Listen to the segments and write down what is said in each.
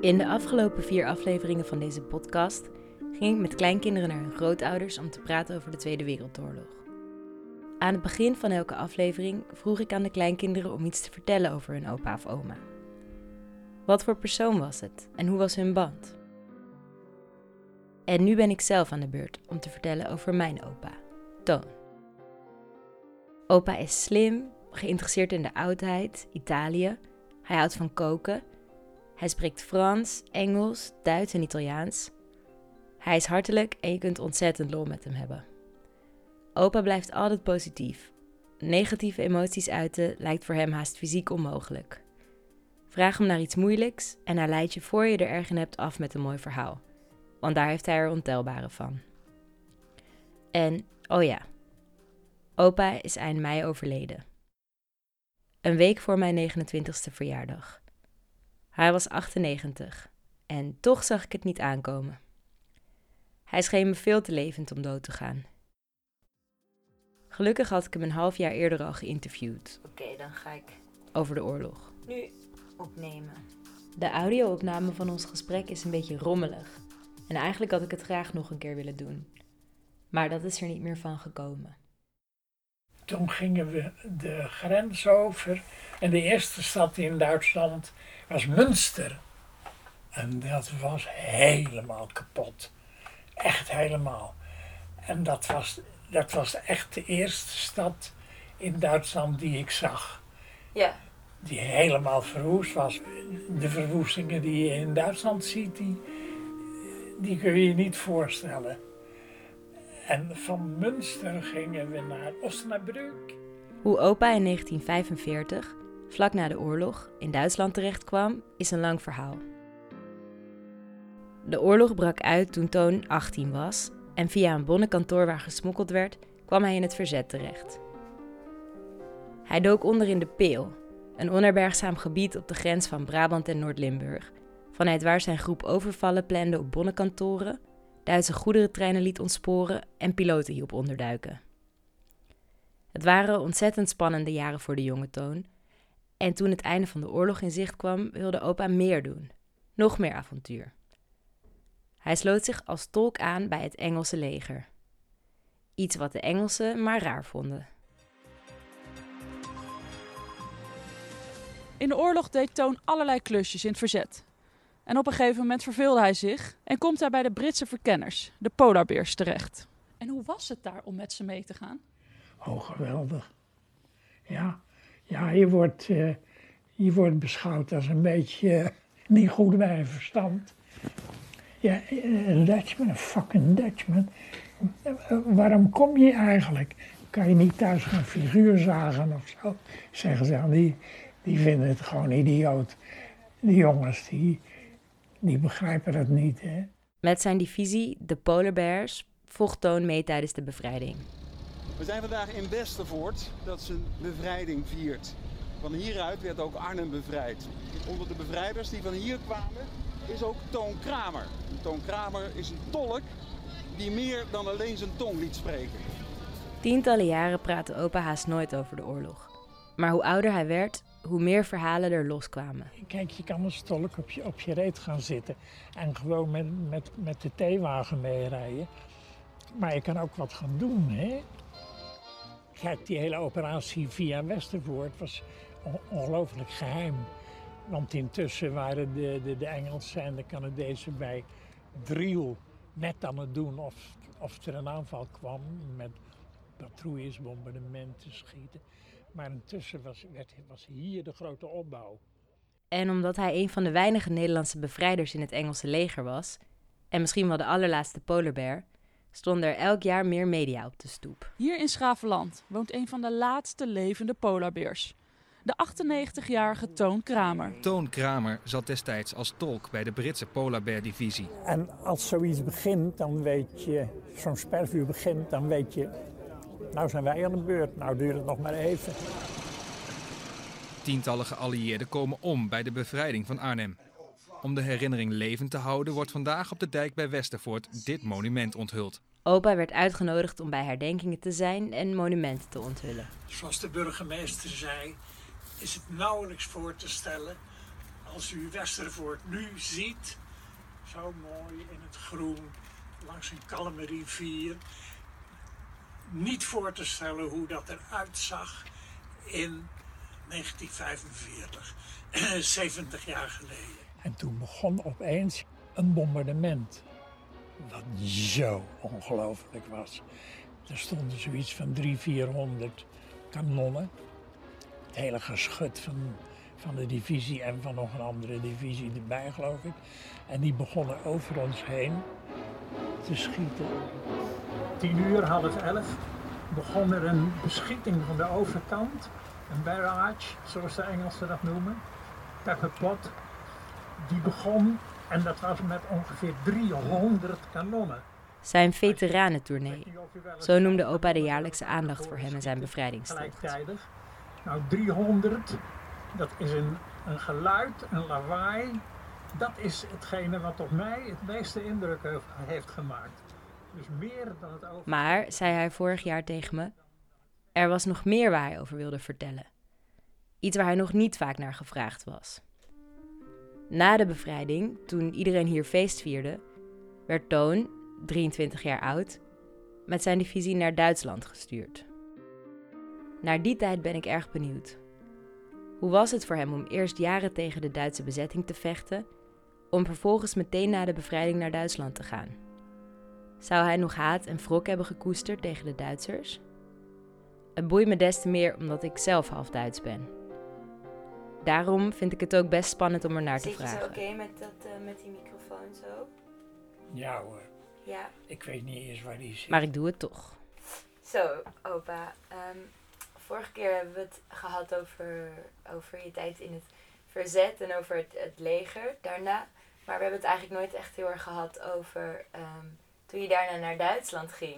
In de afgelopen 4 afleveringen van deze podcast ging ik met kleinkinderen naar hun grootouders om te praten over de Tweede Wereldoorlog. Aan het begin van elke aflevering vroeg ik aan de kleinkinderen om iets te vertellen over hun opa of oma. Wat voor persoon was het en hoe was hun band? En nu ben ik zelf aan de beurt om te vertellen over mijn opa, Toon. Opa is slim, geïnteresseerd in de oudheid, Italië. Hij houdt van koken. Hij spreekt Frans, Engels, Duits en Italiaans. Hij is hartelijk en je kunt ontzettend lol met hem hebben. Opa blijft altijd positief. Negatieve emoties uiten lijkt voor hem haast fysiek onmogelijk. Vraag hem naar iets moeilijks en hij leidt je voor je er erg in hebt af met een mooi verhaal. Want daar heeft hij er ontelbare van. En, oh ja, opa is eind mei overleden. Een week voor mijn 29ste verjaardag. Hij was 98 en toch zag ik het niet aankomen. Hij scheen me veel te levend om dood te gaan. Gelukkig had ik hem een half jaar eerder al geïnterviewd. Oké, dan ga ik over de oorlog nu opnemen. De audio-opname van ons gesprek is een beetje rommelig. En eigenlijk had ik het graag nog een keer willen doen. Maar dat is er niet meer van gekomen. Toen gingen we de grens over en de eerste stad in Duitsland was Münster. En dat was helemaal kapot. Echt helemaal. En dat was echt de eerste stad in Duitsland die ik zag. Ja. Die helemaal verwoest was. De verwoestingen die je in Duitsland ziet, die kun je je niet voorstellen. En van Münster gingen we naar Osnabrück. Hoe opa in 1945, vlak na de oorlog, in Duitsland terechtkwam, is een lang verhaal. De oorlog brak uit toen Toon 18 was en via een bonnenkantoor waar gesmokkeld werd, kwam hij in het verzet terecht. Hij dook onder in de Peel, een onherbergzaam gebied op de grens van Brabant en Noord-Limburg, vanuit waar zijn groep overvallen plande op bonnenkantoren, Duitse goederentreinen liet ontsporen en piloten hielp onderduiken. Het waren ontzettend spannende jaren voor de jonge Toon. En toen het einde van de oorlog in zicht kwam, wilde opa meer doen. Nog meer avontuur. Hij sloot zich als tolk aan bij het Engelse leger. Iets wat de Engelsen maar raar vonden. In de oorlog deed Toon allerlei klusjes in het verzet. En op een gegeven moment verveelde hij zich en komt hij bij de Britse verkenners, de Polar Bears, terecht. En hoe was het daar om met ze mee te gaan? Oh, geweldig. Ja, je wordt beschouwd als een beetje niet goed bij een verstand. Ja, een Dutchman, een fucking Dutchman. Waarom kom je eigenlijk? Kan je niet thuis gaan figuur zagen of zo? Zeggen ze, die vinden het gewoon idioot. Die jongens, die begrijpen het niet, hè. Met zijn divisie, de Polar Bears, vocht Toon mee tijdens de bevrijding. We zijn vandaag in Westervoort, dat zijn bevrijding viert. Van hieruit werd ook Arnhem bevrijd. Onder de bevrijders die van hier kwamen is ook Toon Kramer. Toon Kramer is een tolk die meer dan alleen zijn tong liet spreken. Tientallen jaren praatte opa haast nooit over de oorlog. Maar hoe ouder hij werd, hoe meer verhalen er loskwamen. Kijk, je kan als tolk op je reet gaan zitten en gewoon met de theewagen meerijden. Maar je kan ook wat gaan doen, hè. Kijk, die hele operatie via Westervoort was ongelooflijk geheim. Want intussen waren de Engelsen en de Canadezen bij Driel net aan het doen of er een aanval kwam met patrouilles, bombardementen, schieten. Maar intussen was hier de grote opbouw. En omdat hij een van de weinige Nederlandse bevrijders in het Engelse leger was, en misschien wel de allerlaatste Polar Bear, stonden er elk jaar meer media op de stoep. Hier in Schravenland woont een van de laatste levende Polar Bears. De 98-jarige Toon Kramer. Toon Kramer zat destijds als tolk bij de Britse Polar Bear divisie. En als zoiets begint, dan weet je, zo'n spervuur begint, dan weet je, nou zijn wij aan de beurt, nou duurt het nog maar even. Tientallen geallieerden komen om bij de bevrijding van Arnhem. Om de herinnering levend te houden wordt vandaag op de dijk bij Westervoort dit monument onthuld. Opa werd uitgenodigd om bij herdenkingen te zijn en monumenten te onthullen. Zoals de burgemeester zei, is het nauwelijks voor te stellen als u Westervoort nu ziet, zo mooi in het groen, langs een kalme rivier, niet voor te stellen hoe dat eruit zag in 1945, 70 jaar geleden. En toen begon opeens een bombardement, wat zo ongelooflijk was. Er stonden zoiets van 300-400 kanonnen. Het hele geschut van de divisie en van nog een andere divisie erbij, geloof ik. En die begonnen over ons heen te schieten. 10:30 begon er een beschieting van de overkant. Een barrage, zoals de Engelsen dat noemen. Pepperpot. Die begon, en dat was met ongeveer 300 kanonnen. Zijn veteranentournee. Zo noemde opa de jaarlijkse aandacht voor hem en zijn bevrijdingstocht. Gelijktijdig. Nou, 300, dat is een geluid, een lawaai. Dat is hetgene wat op mij het meeste indruk heeft gemaakt. Dus meer dan het over... Maar, zei hij vorig jaar tegen me, er was nog meer waar hij over wilde vertellen. Iets waar hij nog niet vaak naar gevraagd was. Na de bevrijding, toen iedereen hier feest vierde, werd Toon, 23 jaar oud, met zijn divisie naar Duitsland gestuurd. Naar die tijd ben ik erg benieuwd. Hoe was het voor hem om eerst jaren tegen de Duitse bezetting te vechten, om vervolgens meteen na de bevrijding naar Duitsland te gaan? Zou hij nog haat en wrok hebben gekoesterd tegen de Duitsers? Het boeit me des te meer omdat ik zelf half Duits ben. Daarom vind ik het ook best spannend om er naar te vragen. Zit je zo oké met die microfoon zo? Ja hoor, Ja. ik weet niet eens waar die zit. Maar ik doe het toch. Zo, opa. Vorige keer hebben we het gehad over je tijd in het verzet en over het leger daarna. Maar we hebben het eigenlijk nooit echt heel erg gehad over toen je daarna naar Duitsland ging.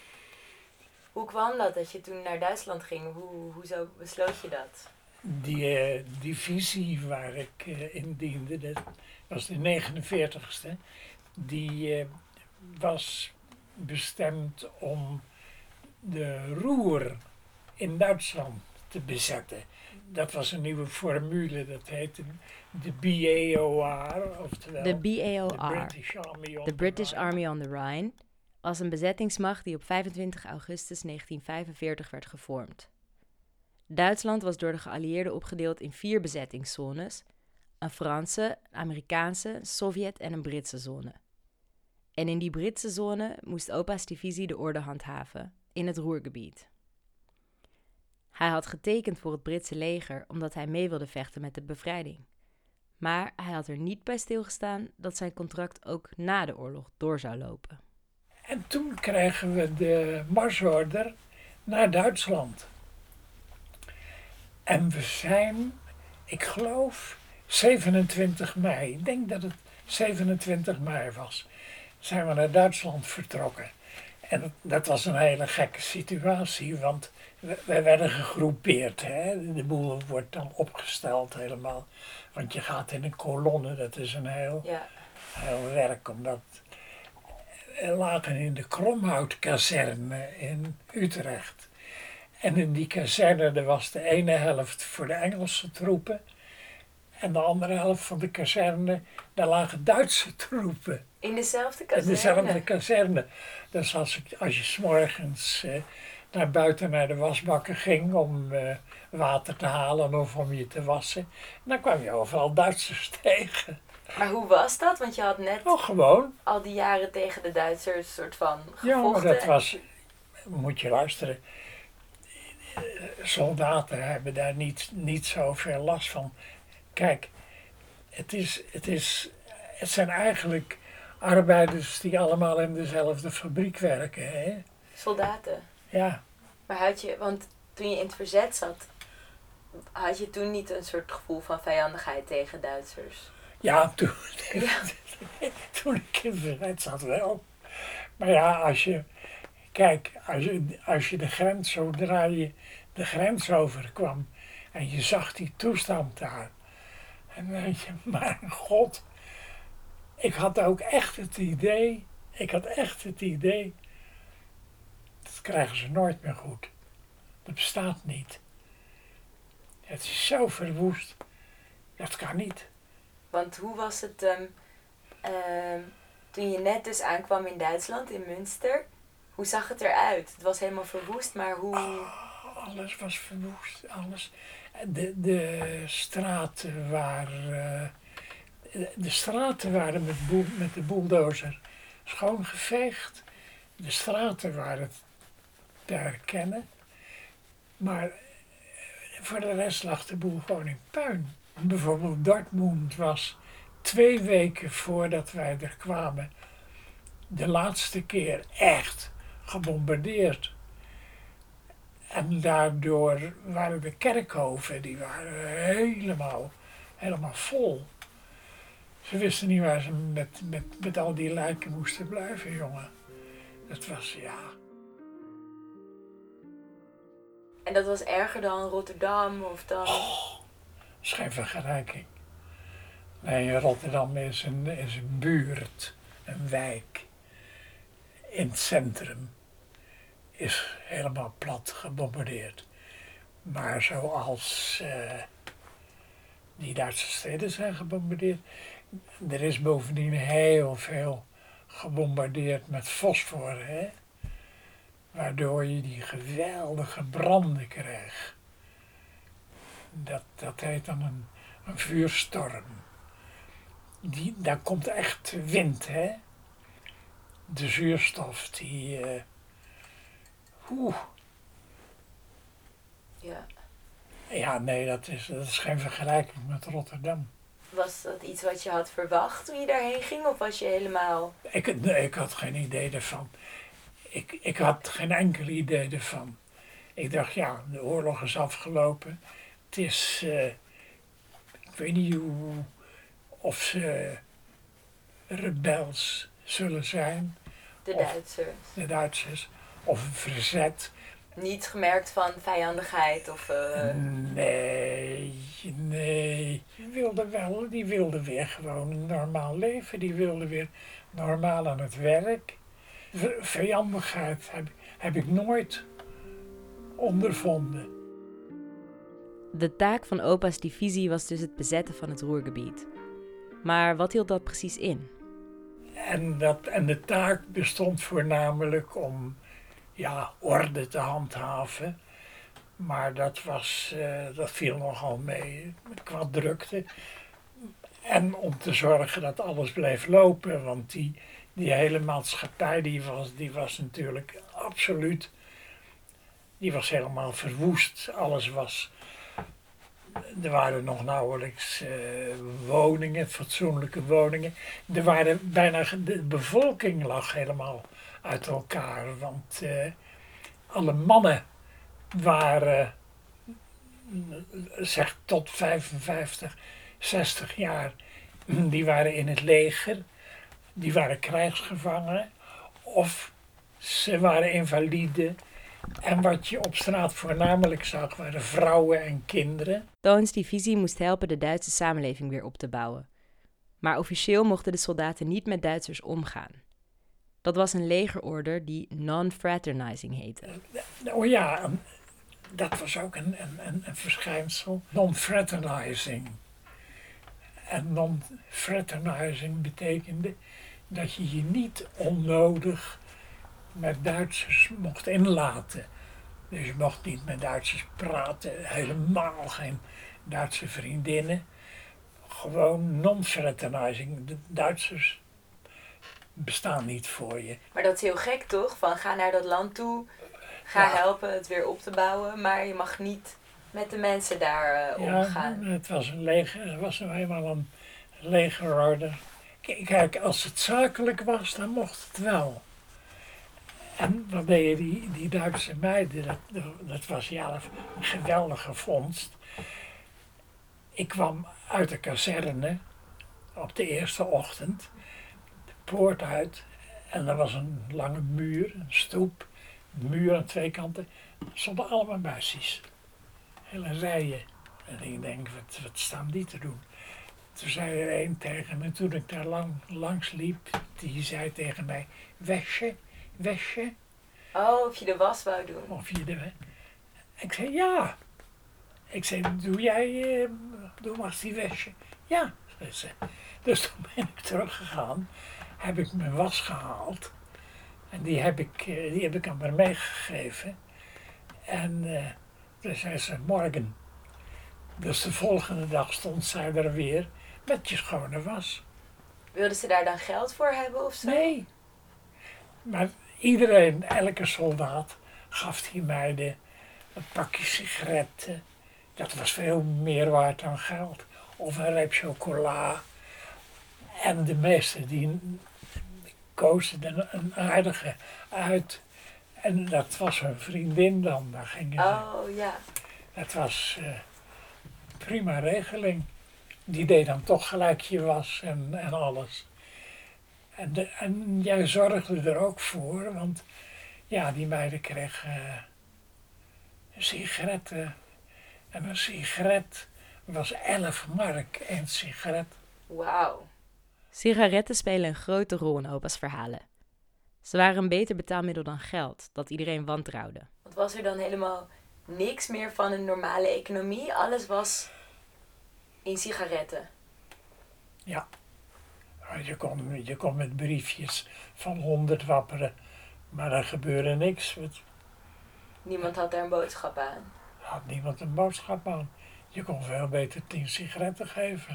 Hoe kwam dat je toen naar Duitsland ging? Hoezo besloot je dat? Die divisie waar ik in diende, dat was de 49ste, die was bestemd om de Ruhr in Duitsland te bezetten. Dat was een nieuwe formule, dat heette de BAOR, oftewel De BAOR, de British Army on the Rhine, was een bezettingsmacht die op 25 augustus 1945 werd gevormd. Duitsland was door de geallieerden opgedeeld in 4 bezettingszones: een Franse, een Amerikaanse, een Sovjet en een Britse zone. En in die Britse zone moest opa's divisie de orde handhaven, in het Ruhrgebied. Hij had getekend voor het Britse leger omdat hij mee wilde vechten met de bevrijding. Maar hij had er niet bij stilgestaan dat zijn contract ook na de oorlog door zou lopen. En toen kregen we de marsorder naar Duitsland. En we zijn, ik geloof, 27 mei, ik denk dat het 27 mei was, zijn we naar Duitsland vertrokken. En dat was een hele gekke situatie, want wij werden gegroepeerd. Hè? De boel wordt dan opgesteld helemaal. Want je gaat in een kolonne, dat is een heel werk. Omdat we lagen in de Kromhoutkazerne in Utrecht. En in die kazerne er was de ene helft voor de Engelse troepen. En de andere helft van de kazerne, daar lagen Duitse troepen. In dezelfde kazerne? In dezelfde kazerne. Dus als je 's morgens naar buiten naar de wasbakken ging om water te halen of om je te wassen, dan kwam je overal Duitsers tegen. Maar hoe was dat? Want je had net gewoon al die jaren tegen de Duitsers soort van gevochten. Ja, maar dat was, moet je luisteren, soldaten hebben daar niet zoveel last van. Kijk, het zijn eigenlijk arbeiders die allemaal in dezelfde fabriek werken. Hè? Soldaten? Ja. Maar want toen je in het verzet zat, had je toen niet een soort gevoel van vijandigheid tegen Duitsers? Ja, toen ik in het verzet zat wel. Maar ja, als je de grens, zodra je de grens overkwam en je zag die toestand daar. En dan denk je, mijn god, ik had ook echt het idee, dat krijgen ze nooit meer goed. Dat bestaat niet. Het is zo verwoest, dat kan niet. Want hoe was het toen je net dus aankwam in Duitsland, in Münster? Hoe zag het eruit? Het was helemaal verwoest, maar hoe... Alles was verwoest, alles. De straten waren... De straten waren met de bulldozer schoongeveegd. De straten waren te herkennen. Maar voor de rest lag de boel gewoon in puin. Bijvoorbeeld Dortmund was 2 weken voordat wij er kwamen de laatste keer echt gebombardeerd. En daardoor waren de kerkhoven, die waren helemaal vol. Ze wisten niet waar ze met al die lijken moesten blijven, jongen. Dat was, ja... En dat was erger dan Rotterdam of dan... Oh, dat is geen vergelijking. Nee, Rotterdam is een buurt, een wijk. In het centrum is helemaal plat gebombardeerd. Maar zoals die Duitse steden zijn gebombardeerd, er is bovendien heel veel gebombardeerd met fosfor, hè? Waardoor je die geweldige branden kreeg. Dat heet dan een vuurstorm. Daar komt echt wind, hè? De zuurstof, die... Ja. Ja, nee, dat is geen vergelijking met Rotterdam. Was dat iets wat je had verwacht toen je daarheen ging? Of was je helemaal... Ik had geen idee ervan. Ik had geen enkel idee ervan. Ik dacht, ja, de oorlog is afgelopen. Het is... ik weet niet of ze rebels zullen zijn. De Duitsers. Of een verzet. Niet gemerkt van vijandigheid of... Nee. Die wilden weer gewoon een normaal leven. Die wilden weer normaal aan het werk. Vijandigheid heb ik nooit ondervonden. De taak van opa's divisie was dus het bezetten van het Ruhrgebied. Maar wat hield dat precies in? En de taak bestond voornamelijk om orde te handhaven. Maar dat viel nogal mee qua drukte. En om te zorgen dat alles bleef lopen. Want die hele maatschappij die was natuurlijk absoluut... Die was helemaal verwoest. Alles was... Er waren nog nauwelijks woningen, fatsoenlijke woningen. Er waren de bevolking lag helemaal uit elkaar. Want alle mannen waren zeg tot 55, 60 jaar. Die waren in het leger. Die waren krijgsgevangenen. Of ze waren invalide. En wat je op straat voornamelijk zag, waren vrouwen en kinderen. Toons divisie moest helpen de Duitse samenleving weer op te bouwen. Maar officieel mochten de soldaten niet met Duitsers omgaan. Dat was een legerorder die non-fraternizing heette. Oh ja, dat was ook een verschijnsel. Non-fraternizing. En non-fraternizing betekende dat je je niet onnodig met Duitsers mocht inlaten. Dus je mocht niet met Duitsers praten, helemaal geen Duitse vriendinnen. Gewoon non-fraternizing. De Duitsers bestaan niet voor je. Maar dat is heel gek toch? Van ga naar dat land toe, ga helpen het weer op te bouwen, maar je mag niet met de mensen daar omgaan. Het was het was nou eenmaal een legerorder. Kijk, als het zakelijk was, dan mocht het wel. En wat deden die Duitse meiden, dat was een geweldige vondst. Ik kwam uit de kazerne op de eerste ochtend, de poort uit. En er was een lange muur, een stoep, een muur aan 2 kanten. Er stonden allemaal buisjes, hele rijen. En ik denk, wat staan die te doen? Toen zei er een tegen me, toen ik daar langs liep, die zei tegen mij, wäsche. Oh, of je de was wou doen. Ik zei ja. Ik zei, doe was die wäsche? Ja, zei ze. Dus toen ben ik teruggegaan, heb ik mijn was gehaald. En die heb ik aan haar meegegeven. En toen zei ze, morgen. Dus de volgende dag stond zij er weer met je schone was. Wilden ze daar dan geld voor hebben of zo? Nee. Maar iedereen, elke soldaat, gaf die meiden een pakje sigaretten. Dat was veel meer waard dan geld. Of een reep chocola. En de meesten die kozen er een aardige uit. En dat was hun vriendin dan. Daar gingen ze. Oh ja. Het was prima regeling. Die deed dan toch gelijk je was en alles. En jij zorgde er ook voor, want ja, die meiden kregen sigaretten. En een sigaret was 11 mark, één sigaret. Wauw. Sigaretten spelen een grote rol in opa's verhalen. Ze waren een beter betaalmiddel dan geld, dat iedereen wantrouwde. Want was er dan helemaal niks meer van een normale economie? Alles was in sigaretten. Ja, je kon met briefjes van 100 wapperen, maar er gebeurde niks. Niemand had daar een boodschap aan. Er had niemand een boodschap aan. Je kon veel beter 10 sigaretten geven.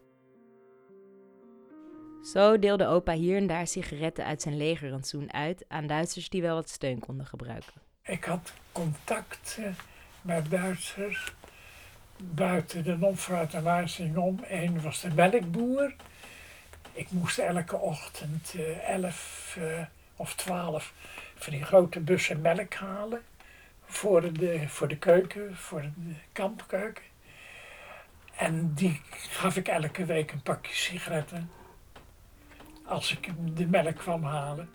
Zo deelde opa hier en daar sigaretten uit zijn legerrantsoen uit aan Duitsers die wel wat steun konden gebruiken. Ik had contact met Duitsers buiten de Nopvaart en Waarsingom. Eén was de melkboer. Ik moest elke ochtend 11 of 12 van die grote bussen melk halen. Voor de keuken, voor de kampkeuken. En die gaf ik elke week een pakje sigaretten. Als ik de melk kwam halen.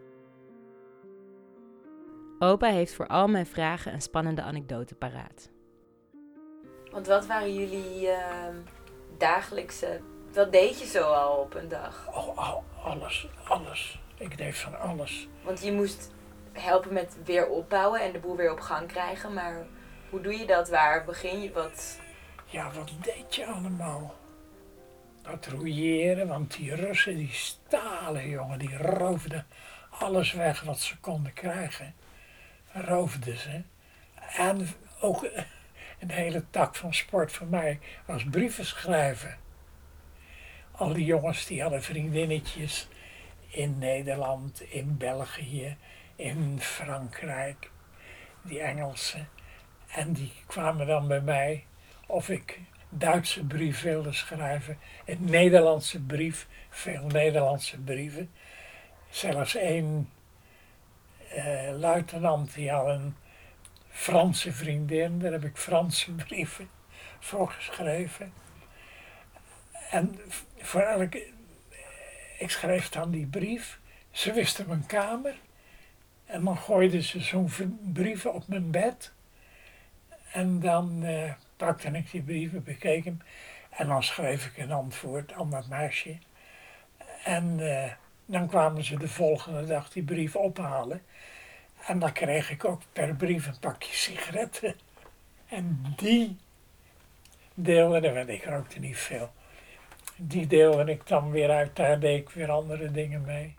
Opa heeft voor al mijn vragen een spannende anekdote paraat. Want wat waren jullie dagelijkse... Wat deed je zo al op een dag? Oh, alles. Ik deed van alles. Want je moest helpen met weer opbouwen en de boel weer op gang krijgen. Maar hoe doe je dat? Waar begin je? Ja, wat deed je allemaal? Patrouilleren, want die Russen, die stalen, jongen, die roofden alles weg wat ze konden krijgen. Roofden ze. En ook een hele tak van sport voor mij was brieven schrijven. Al die jongens die hadden vriendinnetjes in Nederland, in België, in Frankrijk, die Engelsen. En die kwamen dan bij mij of ik Duitse brief wilde schrijven, een Nederlandse brief, veel Nederlandse brieven. Zelfs één luitenant die had een Franse vriendin, daar heb ik Franse brieven voor geschreven. En voor ik schreef dan die brief, ze wisten mijn kamer en dan gooiden ze zo'n brief op mijn bed. En dan pakte ik die brieven, bekeek hem en dan schreef ik een antwoord aan dat meisje. En dan kwamen ze de volgende dag die brief ophalen. En dan kreeg ik ook per brief een pakje sigaretten. En die deelde, want ik rookte niet veel, die deelde ik dan weer uit, daar deed ik weer andere dingen mee.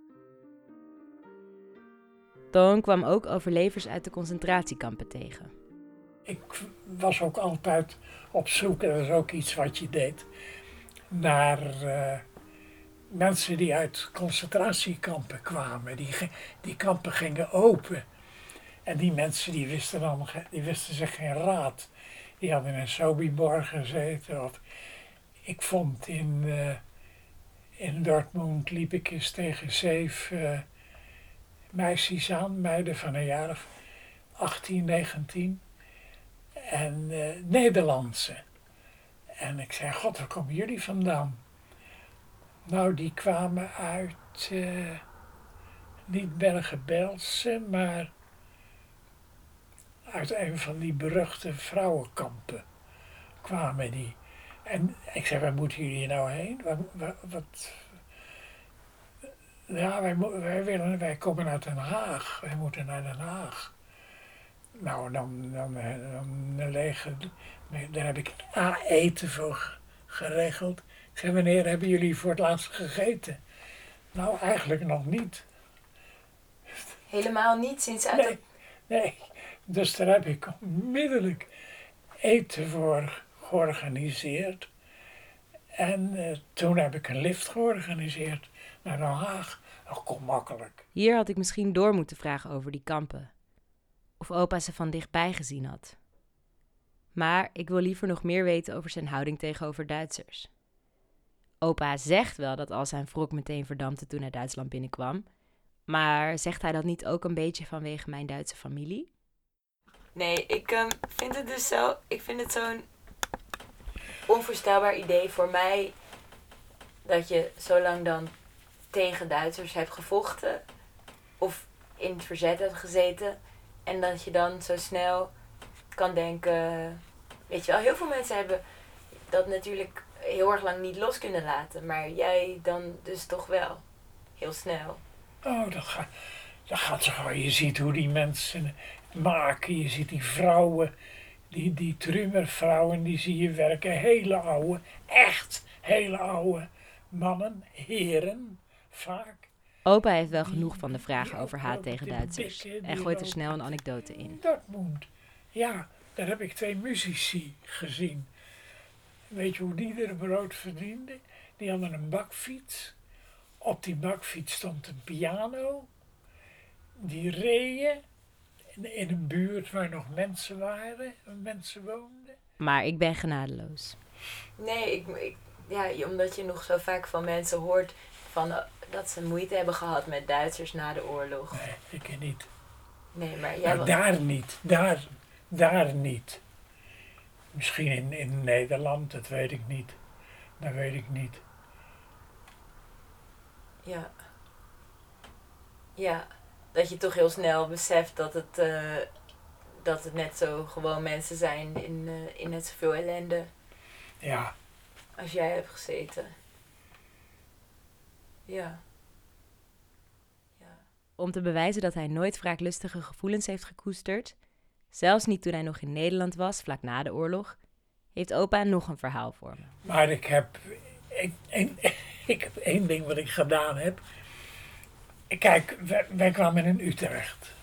Toon kwam ook overlevers uit de concentratiekampen tegen. Ik was ook altijd op zoek, en dat is ook iets wat je deed, naar mensen die uit concentratiekampen kwamen. Die kampen gingen open. En die mensen die wisten zich geen raad. Die hadden in Sobibor gezeten. Of, ik vond in Dortmund liep ik eens tegen 7 meisjes aan, meiden van een jaar of 18, 19. En Nederlandse. En ik zei, God, waar komen jullie vandaan? Nou, die kwamen uit, niet Bergen-Belsen, maar uit een van die beruchte vrouwenkampen kwamen die. En ik zei, waar moeten jullie nou heen? Ja, wij komen uit Den Haag. Wij moeten naar Den Haag. Nou, dan leger, daar heb ik eten voor geregeld. Ik zei, wanneer hebben jullie voor het laatst gegeten? Nou, eigenlijk nog niet. Helemaal niet sinds uit Nee, dus daar heb ik onmiddellijk eten voor georganiseerd. En toen heb ik een lift georganiseerd naar Den Haag. Dat kon makkelijk. Hier had ik misschien door moeten vragen over die kampen. Of opa ze van dichtbij gezien had. Maar ik wil liever nog meer weten over zijn houding tegenover Duitsers. Opa zegt wel dat al zijn wrok meteen verdampte toen hij Duitsland binnenkwam. Maar zegt hij dat niet ook een beetje vanwege mijn Duitse familie? Nee, ik vind het dus zo. Ik vind het zo'n onvoorstelbaar idee voor mij dat je zo lang dan tegen Duitsers hebt gevochten of in het verzet hebt gezeten en dat je dan zo snel kan denken, weet je wel, heel veel mensen hebben dat natuurlijk heel erg lang niet los kunnen laten, maar jij dan dus toch wel, heel snel. Oh, dat gaat zo gauw. Je ziet hoe die mensen het maken. Je ziet die vrouwen, die Trümmervrouwen, die zie je werken. Hele oude, echt hele oude mannen, heren, vaak. Opa heeft wel genoeg van de vragen over haat tegen Duitsers en gooit er snel een anekdote in. Dortmund, ja, daar heb ik 2 muzici gezien. Weet je hoe die er brood verdienden? Die hadden een bakfiets. Op die bakfiets stond een piano. Die reden in een buurt waar nog mensen waren, mensen woonden. Maar ik ben genadeloos. Nee, ja, omdat je nog zo vaak van mensen hoort dat ze moeite hebben gehad met Duitsers na de oorlog. Nee, ik niet. Nee, maar jij Nou, daar niet. Daar niet. Misschien in Nederland, dat weet ik niet. Dat weet ik niet. Ja. Ja, dat je toch heel snel beseft dat het net zo gewoon mensen zijn in net zoveel ellende Ja. als jij hebt gezeten. Ja. Ja. Om te bewijzen dat hij nooit wraaklustige gevoelens heeft gekoesterd, zelfs niet toen hij nog in Nederland was, vlak na de oorlog, heeft opa nog een verhaal voor me. Maar ik heb één ding wat ik gedaan heb. Kijk, wij kwamen in Utrecht.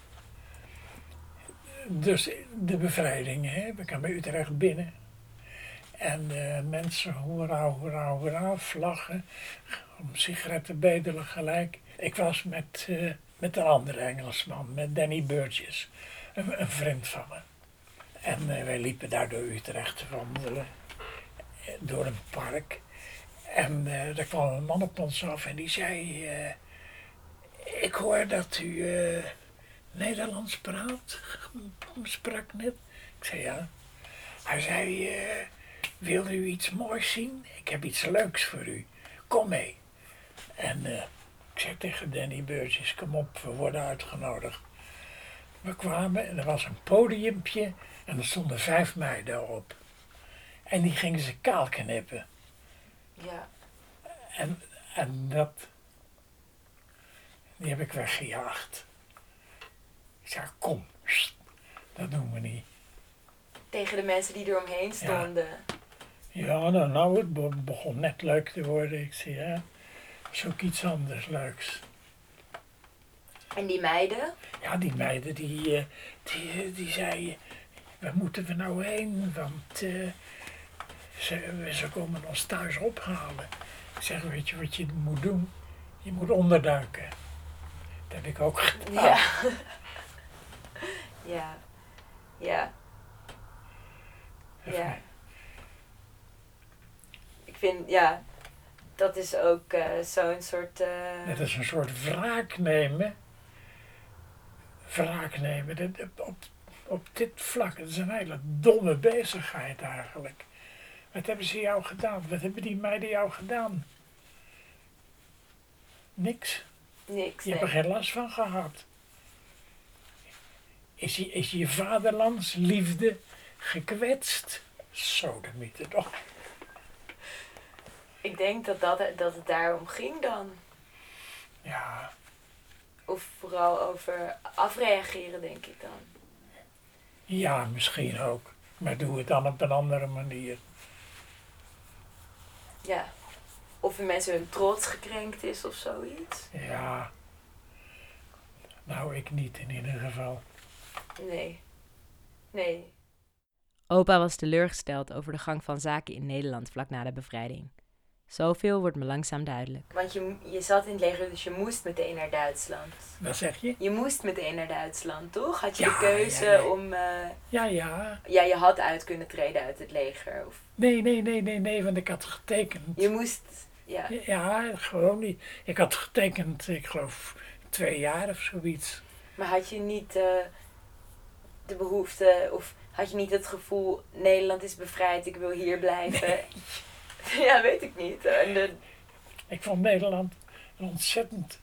Dus de bevrijding, hè? We kwamen Utrecht binnen. En mensen, hoera, hoera, hoera, vlaggen, sigaretten bedelen gelijk. Ik was met een andere Engelsman, met Danny Burgess, een vriend van me. En wij liepen daar door Utrecht te wandelen, door een park. En er kwam een man op ons af en die zei, ik hoor dat u Nederlands praat, sprak net. Ik zei ja. Hij zei, wil u iets moois zien? Ik heb iets leuks voor u. Kom mee. En ik zei tegen Danny Burgess, kom op, we worden uitgenodigd. We kwamen en er was een podiumpje en er stonden 5 meiden op. En die gingen ze kaal knippen. Ja. En die heb ik weggejaagd. Ik zei, kom, dat doen we niet. Tegen de mensen die er omheen stonden. Ja, nou het begon net leuk te worden. Ik zei, ja, zoek iets anders leuks. En die meiden? Ja, die meiden die zeiden, waar moeten we nou heen? Want ze komen ons thuis ophalen. Ik zeg, weet je wat je moet doen? Je moet onderduiken. Dat heb ik ook gedaan. Ja. Ja. Ja. Ja. Ik vind, ja, dat is ook zo'n soort... Dat is een soort wraak nemen. Wraak nemen. Op dit vlak. Dat is een hele domme bezigheid eigenlijk. Wat hebben ze jou gedaan? Wat hebben die meiden jou gedaan? Niks. Niks. Je hebt er geen last van gehad. Is je vaderlandsliefde gekwetst? Sodemieter toch? Ik denk dat het daarom ging dan. Ja. Of vooral over afreageren, denk ik dan. Ja, misschien ook. Maar doe het dan op een andere manier. Ja. Of in mensen hun trots gekrenkt is of zoiets. Ja. Nou, ik niet in ieder geval. Nee. Opa was teleurgesteld over de gang van zaken in Nederland vlak na de bevrijding. Zoveel wordt me langzaam duidelijk. Want je zat in het leger, dus je moest meteen naar Duitsland. Wat zeg je? Je moest meteen naar Duitsland, toch? Had je Ja, de keuze ja. om... Ja. Ja, je had uit kunnen treden uit het leger. Of... Nee, want ik had getekend. Je moest... Ja. Ja, gewoon niet. Ik had getekend, ik geloof 2 jaar of zoiets. Maar had je niet de behoefte, of had je niet het gevoel, Nederland is bevrijd, ik wil hier blijven? Nee. Ja, weet ik niet. Ik vond Nederland ontzettend...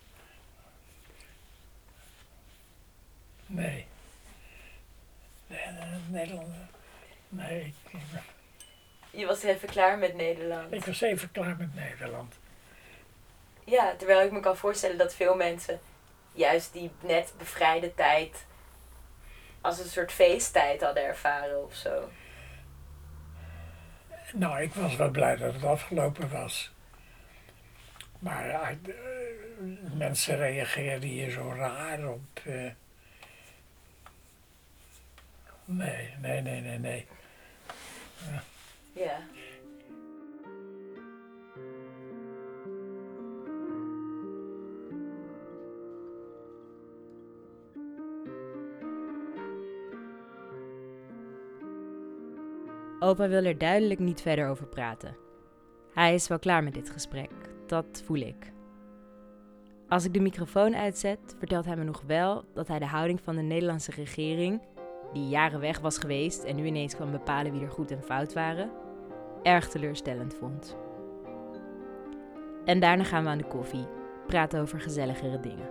Nee. Nederland... Nee. Je was even klaar met Nederland. Ik was even klaar met Nederland. Ja, terwijl ik me kan voorstellen dat veel mensen juist die net bevrijde tijd als een soort feesttijd hadden ervaren of zo. Nou, ik was wel blij dat het afgelopen was. Maar mensen reageerden hier zo raar op. Nee. Ja. Opa wil er duidelijk niet verder over praten. Hij is wel klaar met dit gesprek, dat voel ik. Als ik de microfoon uitzet, vertelt hij me nog wel dat hij de houding van de Nederlandse regering, die jaren weg was geweest en nu ineens kwam bepalen wie er goed en fout waren, erg teleurstellend vond. En daarna gaan we aan de koffie, praten over gezelligere dingen.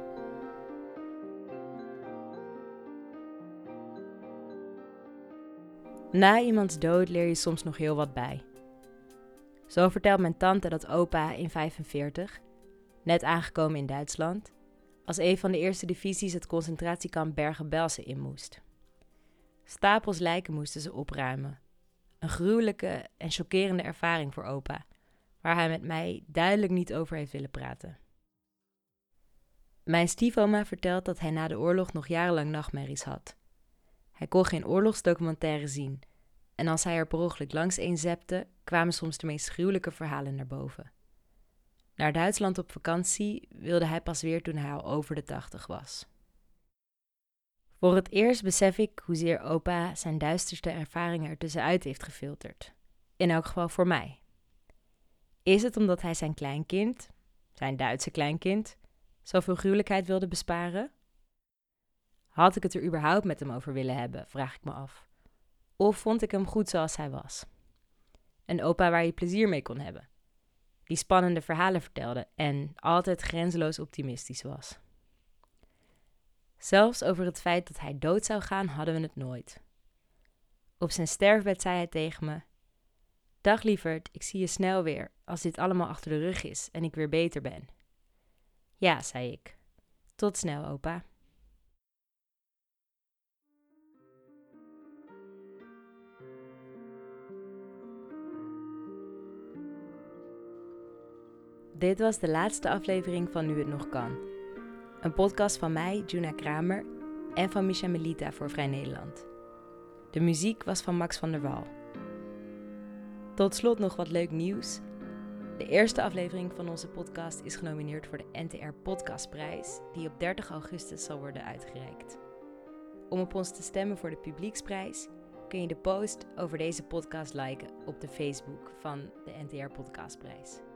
Na iemands dood leer je soms nog heel wat bij. Zo vertelt mijn tante dat opa in 1945, net aangekomen in Duitsland, als een van de eerste divisies het concentratiekamp Bergen-Belsen in moest. Stapels lijken moesten ze opruimen. Een gruwelijke en chockerende ervaring voor opa, waar hij met mij duidelijk niet over heeft willen praten. Mijn stiefoma vertelt dat hij na de oorlog nog jarenlang nachtmerries had. Hij kon geen oorlogsdocumentaire zien en als hij er per ongeluk langs een zepte, kwamen soms de meest gruwelijke verhalen naar boven. Naar Duitsland op vakantie wilde hij pas weer toen hij al over de 80 was. Voor het eerst besef ik hoezeer opa zijn duisterste ervaringen ertussenuit heeft gefilterd. In elk geval voor mij. Is het omdat hij zijn kleinkind, zijn Duitse kleinkind, zoveel gruwelijkheid wilde besparen? Had ik het er überhaupt met hem over willen hebben, vraag ik me af. Of vond ik hem goed zoals hij was? Een opa waar je plezier mee kon hebben. Die spannende verhalen vertelde en altijd grenzeloos optimistisch was. Zelfs over het feit dat hij dood zou gaan hadden we het nooit. Op zijn sterfbed zei hij tegen me: "Dag lieverd, ik zie je snel weer, als dit allemaal achter de rug is en ik weer beter ben." "Ja," zei ik. "Tot snel, opa." Dit was de laatste aflevering van Nu het nog kan. Een podcast van mij, Juna Kramer, en van Misha Melita voor Vrij Nederland. De muziek was van Max van der Wal. Tot slot nog wat leuk nieuws. De eerste aflevering van onze podcast is genomineerd voor de NTR Podcastprijs, die op 30 augustus zal worden uitgereikt. Om op ons te stemmen voor de publieksprijs kun je de post over deze podcast liken op de Facebook van de NTR Podcastprijs.